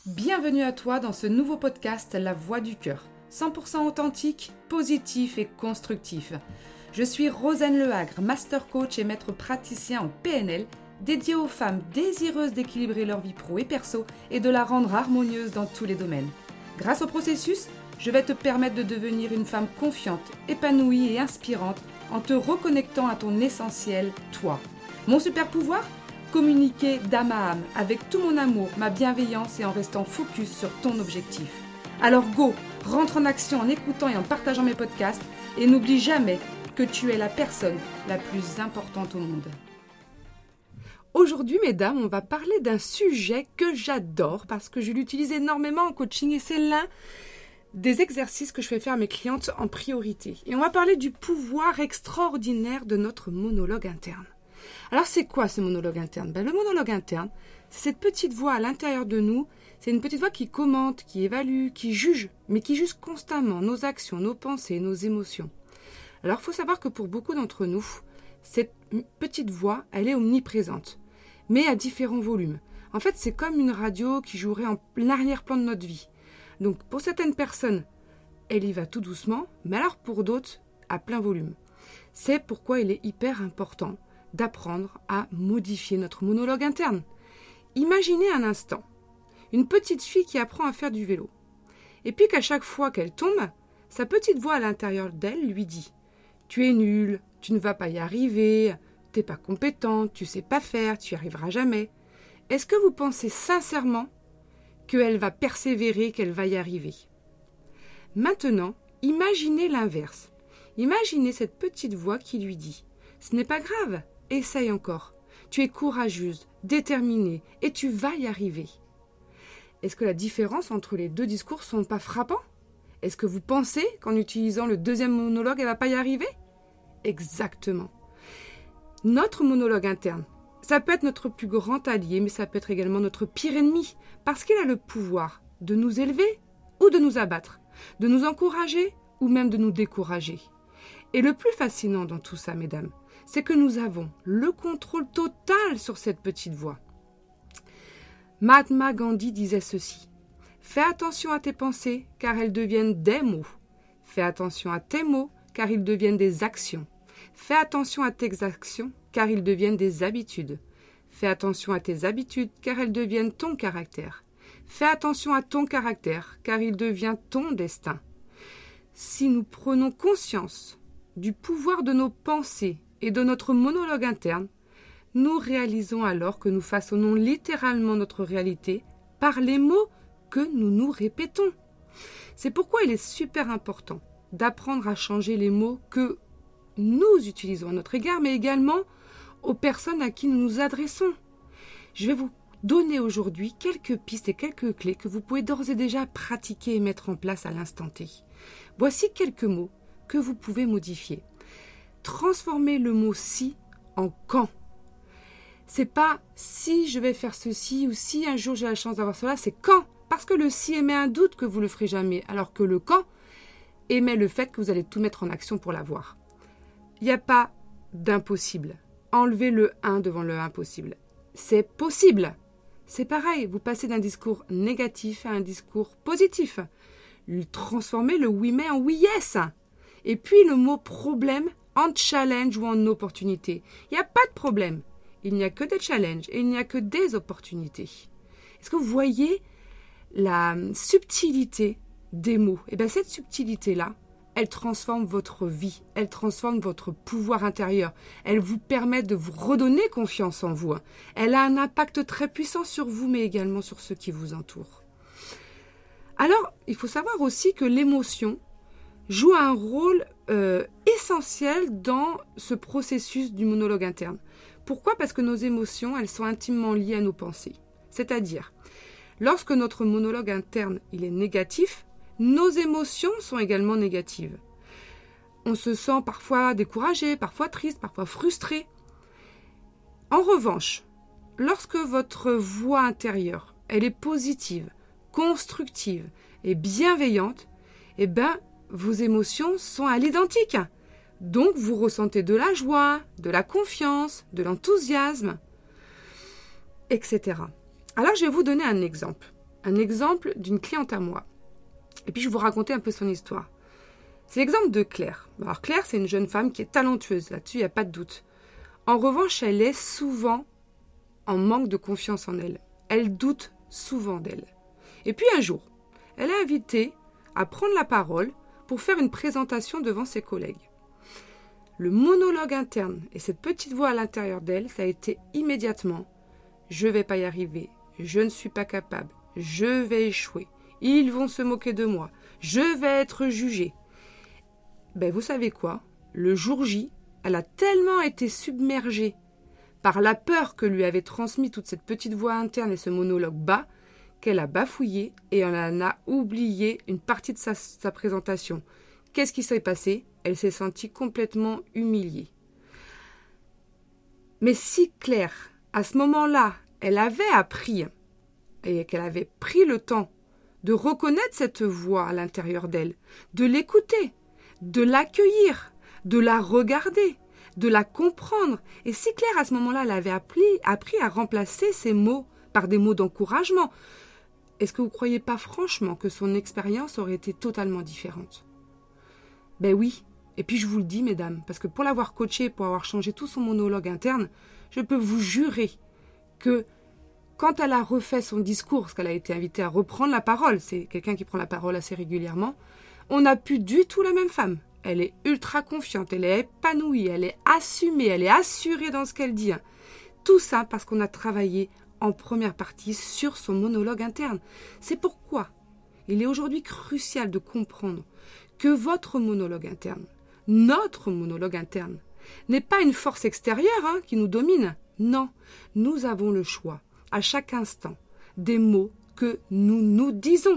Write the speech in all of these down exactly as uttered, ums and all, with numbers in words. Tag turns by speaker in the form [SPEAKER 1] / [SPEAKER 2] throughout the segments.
[SPEAKER 1] Bienvenue à toi dans ce nouveau podcast La Voix du Cœur, cent pour cent authentique, positif et constructif. Je suis Rosanne Lehagre, master coach et maître praticien en P N L, dédiée aux femmes désireuses d'équilibrer leur vie pro et perso et de la rendre harmonieuse dans tous les domaines. Grâce au processus, je vais te permettre de devenir une femme confiante, épanouie et inspirante en te reconnectant à ton essentiel, toi. Mon super pouvoir ? Communiquer d'âme à âme, avec tout mon amour, ma bienveillance et en restant focus sur ton objectif. Alors go, rentre en action en écoutant et en partageant mes podcasts et n'oublie jamais que tu es la personne la plus importante au monde. Aujourd'hui, mesdames, on va parler d'un sujet que j'adore parce que je l'utilise énormément en coaching et c'est l'un des exercices que je fais faire à mes clientes en priorité. Et on va parler du pouvoir extraordinaire de notre monologue interne. Alors c'est quoi ce monologue interne ? Ben, le monologue interne, c'est cette petite voix à l'intérieur de nous, c'est une petite voix qui commente, qui évalue, qui juge, mais qui juge constamment nos actions, nos pensées, nos émotions. Alors il faut savoir que pour beaucoup d'entre nous, cette petite voix, elle est omniprésente, mais à différents volumes. En fait, c'est comme une radio qui jouerait en arrière-plan de notre vie. Donc pour certaines personnes, elle y va tout doucement, mais alors pour d'autres, à plein volume. C'est pourquoi il est hyper important d'apprendre à modifier notre monologue interne. Imaginez un instant une petite fille qui apprend à faire du vélo. Et puis qu'à chaque fois qu'elle tombe, sa petite voix à l'intérieur d'elle lui dit « Tu es nulle, tu ne vas pas y arriver, tu n'es pas compétente, tu ne sais pas faire, tu n'y arriveras jamais. » Est-ce que vous pensez sincèrement qu'elle va persévérer, qu'elle va y arriver ? Maintenant, imaginez l'inverse. Imaginez cette petite voix qui lui dit « Ce n'est pas grave, essaye encore. Tu es courageuse, déterminée et tu vas y arriver. » Est-ce que la différence entre les deux discours ne sont pas frappants ? Est-ce que vous pensez qu'en utilisant le deuxième monologue, elle ne va pas y arriver ? Exactement. Notre monologue interne, ça peut être notre plus grand allié, mais ça peut être également notre pire ennemi, parce qu'il a le pouvoir de nous élever ou de nous abattre, de nous encourager ou même de nous décourager. Et le plus fascinant dans tout ça, mesdames, c'est que nous avons le contrôle total sur cette petite voix. Mahatma Gandhi disait ceci : « Fais attention à tes pensées, car elles deviennent des mots. Fais attention à tes mots, car ils deviennent des actions. Fais attention à tes actions, car ils deviennent des habitudes. Fais attention à tes habitudes, car elles deviennent ton caractère. Fais attention à ton caractère, car il devient ton destin. » Si nous prenons conscience du pouvoir de nos pensées et de notre monologue interne, nous réalisons alors que nous façonnons littéralement notre réalité par les mots que nous nous répétons. C'est pourquoi il est super important d'apprendre à changer les mots que nous utilisons à notre égard, mais également aux personnes à qui nous nous adressons. Je vais vous donner aujourd'hui quelques pistes et quelques clés que vous pouvez d'ores et déjà pratiquer et mettre en place à l'instant T. Voici quelques mots que vous pouvez modifier. Transformez le mot « si » en « quand ». C'est pas « si je vais faire ceci » ou « si un jour j'ai la chance d'avoir cela », c'est « quand ». Parce que le « si » émet un doute que vous ne le ferez jamais, alors que le « quand » émet le fait que vous allez tout mettre en action pour l'avoir. Il n'y a pas d'impossible. Enlevez le « un » devant le « impossible ». C'est possible. C'est pareil, vous passez d'un discours négatif à un discours positif. Transformez le « oui mais » en « oui yes ». Et puis le mot « problème » en challenge ou en opportunité. Il n'y a pas de problème. Il n'y a que des challenges et il n'y a que des opportunités. Est-ce que vous voyez la subtilité des mots ? Et bien cette subtilité-là, elle transforme votre vie, elle transforme votre pouvoir intérieur. Elle vous permet de vous redonner confiance en vous. Elle a un impact très puissant sur vous, mais également sur ceux qui vous entourent. Alors, il faut savoir aussi que l'émotion joue un rôle euh, essentiel dans ce processus du monologue interne. Pourquoi ? Parce que nos émotions, elles sont intimement liées à nos pensées. C'est-à-dire, lorsque notre monologue interne il est négatif, nos émotions sont également négatives. On se sent parfois découragé, parfois triste, parfois frustré. En revanche, lorsque votre voix intérieure, elle est positive, constructive et bienveillante, eh bien, vos émotions sont à l'identique. Donc, vous ressentez de la joie, de la confiance, de l'enthousiasme, et cetera. Alors, je vais vous donner un exemple. un exemple d'une cliente à moi. Et puis je vais vous raconter un peu son histoire. C'est l'exemple de Claire. Alors Claire, c'est une jeune femme qui est talentueuse, là-dessus il n'y a pas de doute. En revanche, elle est souvent en manque de confiance en elle. Elle doute souvent d'elle. Et puis un jour, elle est invitée à prendre la parole pour faire une présentation devant ses collègues. Le monologue interne et cette petite voix à l'intérieur d'elle, ça a été immédiatement « Je ne vais pas y arriver, je ne suis pas capable, je vais échouer, ils vont se moquer de moi, je vais être jugée. » Ben vous savez quoi? Le jour J, elle a tellement été submergée par la peur que lui avait transmis toute cette petite voix interne et ce monologue bas, qu'elle a bafouillé et elle en a oublié une partie de sa, sa présentation. Qu'est-ce qui s'est passé? Elle s'est sentie complètement humiliée. Mais si Claire, à ce moment-là, elle avait appris et qu'elle avait pris le temps de reconnaître cette voix à l'intérieur d'elle, de l'écouter, de l'accueillir, de la regarder, de la comprendre. Et si Claire, à ce moment-là, elle avait appris, appris à remplacer ces mots par des mots d'encouragement, est-ce que vous ne croyez pas franchement que son expérience aurait été totalement différente? Ben oui. Et puis je vous le dis, mesdames, parce que pour l'avoir coachée, pour avoir changé tout son monologue interne, je peux vous jurer que quand elle a refait son discours, parce qu'elle a été invitée à reprendre la parole, c'est quelqu'un qui prend la parole assez régulièrement, on n'a plus du tout la même femme. Elle est ultra confiante, elle est épanouie, elle est assumée, elle est assurée dans ce qu'elle dit. Tout ça parce qu'on a travaillé en première partie sur son monologue interne. C'est pourquoi il est aujourd'hui crucial de comprendre que votre monologue interne, notre monologue interne, n'est pas une force extérieure hein, qui nous domine. Non, nous avons le choix, à chaque instant, des mots que nous nous disons.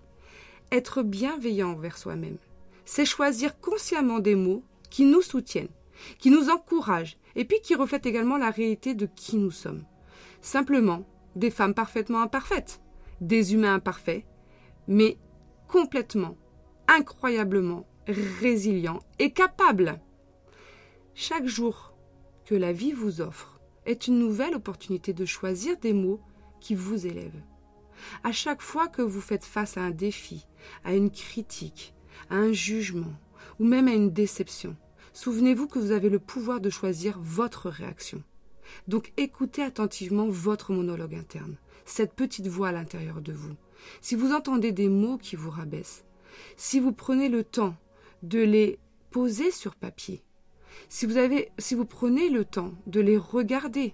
[SPEAKER 1] Être bienveillant envers soi-même, c'est choisir consciemment des mots qui nous soutiennent, qui nous encouragent et puis qui reflètent également la réalité de qui nous sommes. Simplement, des femmes parfaitement imparfaites, des humains imparfaits, mais complètement, incroyablement résilients et capables. Chaque jour que la vie vous offre est une nouvelle opportunité de choisir des mots qui vous élèvent. À chaque fois que vous faites face à un défi, à une critique, à un jugement ou même à une déception, souvenez-vous que vous avez le pouvoir de choisir votre réaction. Donc écoutez attentivement votre monologue interne, cette petite voix à l'intérieur de vous. Si vous entendez des mots qui vous rabaissent, si vous prenez le temps de les poser sur papier, si vous, avez, si vous prenez le temps de les regarder,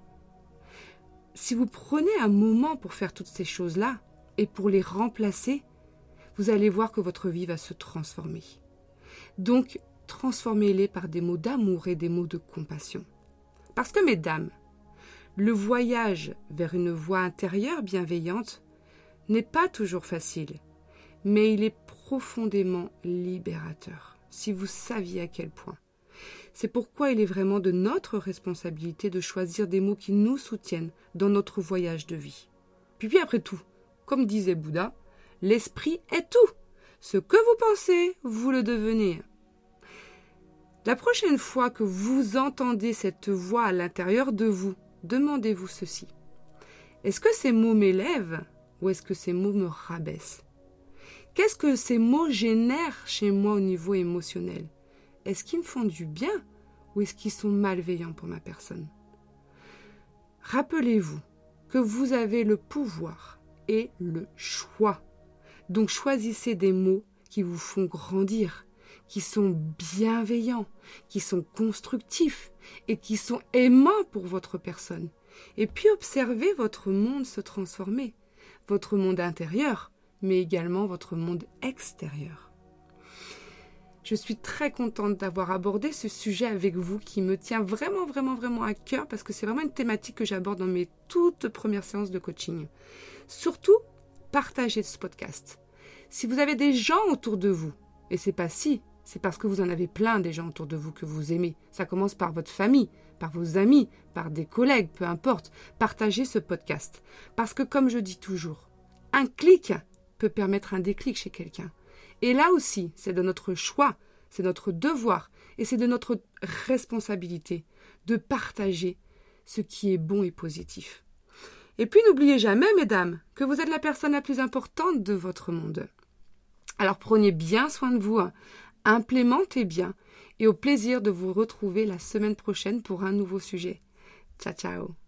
[SPEAKER 1] si vous prenez un moment pour faire toutes ces choses-là et pour les remplacer, vous allez voir que votre vie va se transformer. Donc, transformez-les par des mots d'amour et des mots de compassion. Parce que, mesdames, le voyage vers une voie intérieure bienveillante n'est pas toujours facile, mais il est profondément libérateur, si vous saviez à quel point. C'est pourquoi il est vraiment de notre responsabilité de choisir des mots qui nous soutiennent dans notre voyage de vie. Puis, puis après tout, comme disait Bouddha, l'esprit est tout. Ce que vous pensez, vous le devenez. La prochaine fois que vous entendez cette voix à l'intérieur de vous, demandez-vous ceci. Est-ce que ces mots m'élèvent ou est-ce que ces mots me rabaissent? Qu'est-ce que ces mots génèrent chez moi au niveau émotionnel? Est-ce qu'ils me font du bien ou est-ce qu'ils sont malveillants pour ma personne? Rappelez-vous que vous avez le pouvoir et le choix. Donc choisissez des mots qui vous font grandir, qui sont bienveillants, qui sont constructifs et qui sont aimants pour votre personne. Et puis observez votre monde se transformer, votre monde intérieur, mais également votre monde extérieur. Je suis très contente d'avoir abordé ce sujet avec vous qui me tient vraiment, vraiment, vraiment à cœur parce que c'est vraiment une thématique que j'aborde dans mes toutes premières séances de coaching. Surtout, partagez ce podcast. Si vous avez des gens autour de vous, et c'est pas si, c'est parce que vous en avez plein des gens autour de vous que vous aimez. Ça commence par votre famille, par vos amis, par des collègues, peu importe. Partagez ce podcast. Parce que comme je dis toujours, un clic peut permettre un déclic chez quelqu'un. Et là aussi, c'est de notre choix, c'est notre devoir et c'est de notre responsabilité de partager ce qui est bon et positif. Et puis n'oubliez jamais, mesdames, que vous êtes la personne la plus importante de votre monde. Alors prenez bien soin de vous, implémentez bien, et au plaisir de vous retrouver la semaine prochaine pour un nouveau sujet. Ciao, ciao.